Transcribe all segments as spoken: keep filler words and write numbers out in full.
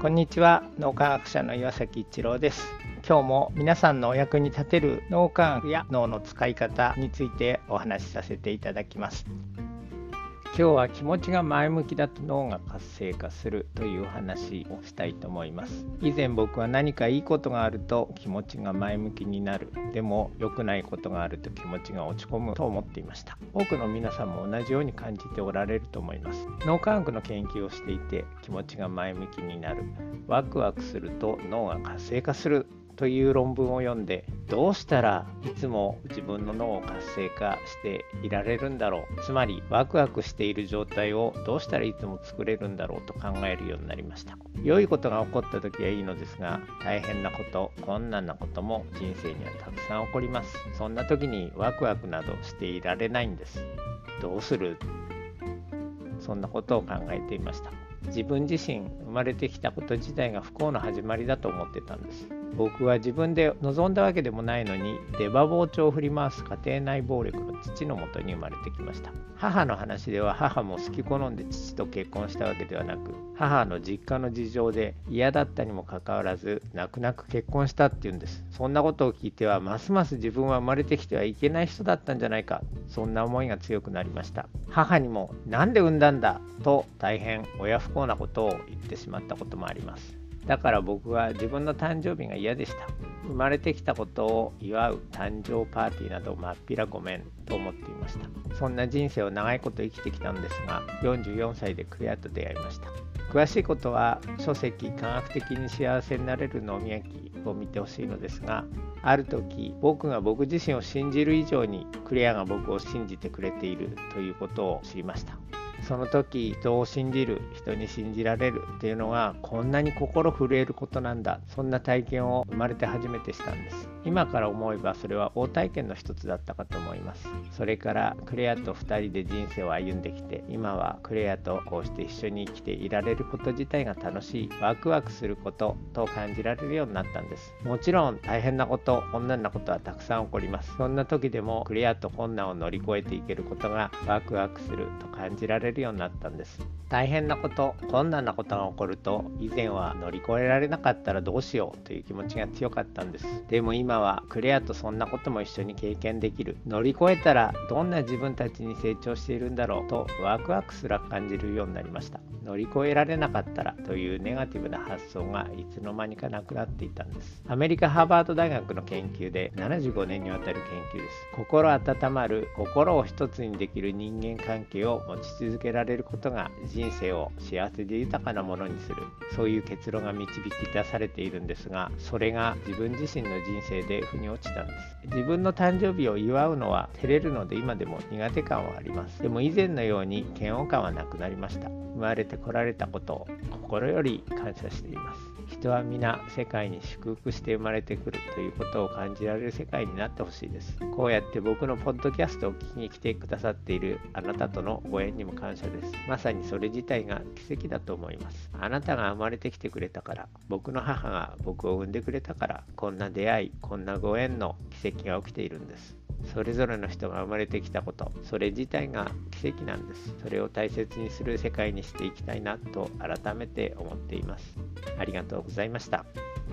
こんにちは、脳科学者の岩崎一郎です。今日も皆さんのお役に立てる脳科学や脳の使い方についてお話しさせていただきます。今日は気持ちが前向きだと脳が活性化するという話をしたいと思います。以前僕は何かいいことがあると気持ちが前向きになる。でも良くないことがあると気持ちが落ち込むと思っていました。多くの皆さんも同じように感じておられると思います。脳科学の研究をしていて気持ちが前向きになる。ワクワクすると脳が活性化する。という論文を読んで、どうしたらいつも自分の脳を活性化していられるんだろう、つまりワクワクしている状態をどうしたらいつも作れるんだろうと考えるようになりました。良いことが起こった時はいいのですが、大変なこと、困難なことも人生にはたくさん起こります。そんな時にワクワクなどしていられないんです。どうする？そんなことを考えていました。自分自身生まれてきたこと自体が不幸の始まりだと思ってたんです。僕は自分で望んだわけでもないのに出刃包丁を振り回す家庭内暴力の父のもとに生まれてきました。母の話では母も好き好んで父と結婚したわけではなく、母の実家の事情で嫌だったにもかかわらず泣く泣く結婚したっていうんです。そんなことを聞いてはますます自分は生まれてきてはいけない人だったんじゃないか、そんな思いが強くなりました。母にもなんで産んだんだと大変親不幸なことを言ってしまったこともあります。だから僕は自分の誕生日が嫌でした。生まれてきたことを祝う誕生パーティーなどまっぴらごめんと思っていました。そんな人生を長いこと生きてきたのですが、よんじゅうよんさいでクレアと出会いました。詳しいことは書籍科学的に幸せになれる脳みやきを見てほしいのですが、ある時僕が僕自身を信じる以上にクレアが僕を信じてくれているということを知りました。その時、人を信じる、人に信じられるっていうのがこんなに心震えることなんだ、そんな体験を生まれて初めてしたんです。今から思えばそれは大体験の一つだったかと思います。それからクレアとふたりで人生を歩んできて、今はクレアとこうして一緒に生きていられること自体が楽しい、ワクワクすることと感じられるようになったんです。もちろん大変なこと、困難なことはたくさん起こります。そんな時でもクレアと困難を乗り越えていけることがワクワクすると感じられるようになったんです。大変なこと、困難なことが起こると、以前は乗り越えられなかったらどうしようという気持ちが強かったんです。でも今はクレアとそんなことも一緒に経験できる。乗り越えたらどんな自分たちに成長しているんだろうとワクワクすら感じるようになりました。乗り越えられなかったらというネガティブな発想がいつの間にかなくなっていたんです。アメリカハーバード大学の研究でななじゅうごねんにわたる研究です。心温まる、心を一つにできる人間関係を持ち続けられることが人生を幸せで豊かなものにする、そういう結論が導き出されているんですが、それが自分自身の人生で腑に落ちたんです。自分の誕生日を祝うのは照れるので今でも苦手感はあります。でも以前のように嫌悪感はなくなりました。生まれてこられたことを心より感謝しています。人は皆世界に祝福して生まれてくるということを感じられる世界になってほしいです。こうやって僕のポッドキャストを聞きに来てくださっているあなたとのご縁にも感謝です。まさにそれ自体が奇跡だと思います。あなたが生まれてきてくれたから、僕の母が僕を産んでくれたから、こんな出会い、こんなご縁の奇跡が起きているんです。それぞれの人が生まれてきたこと、それ自体が奇跡なんです。それを大切にする世界にしていきたいなと改めて思っています。ありがとうございました。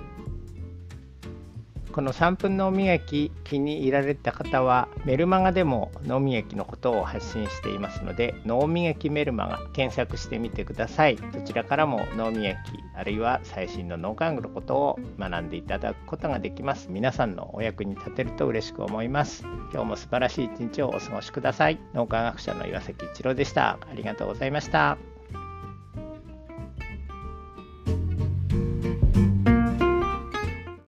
このさんぷん脳みやき気に入られた方はメルマガでも脳みやきのことを発信していますので、脳みやきメルマガ検索してみてください。どちらからも脳みやきあるいは最新の脳科学のことを学んでいただくことができます。皆さんのお役に立てると嬉しく思います。今日も素晴らしい一日をお過ごしください。脳科学者の岩崎一郎でした。ありがとうございました。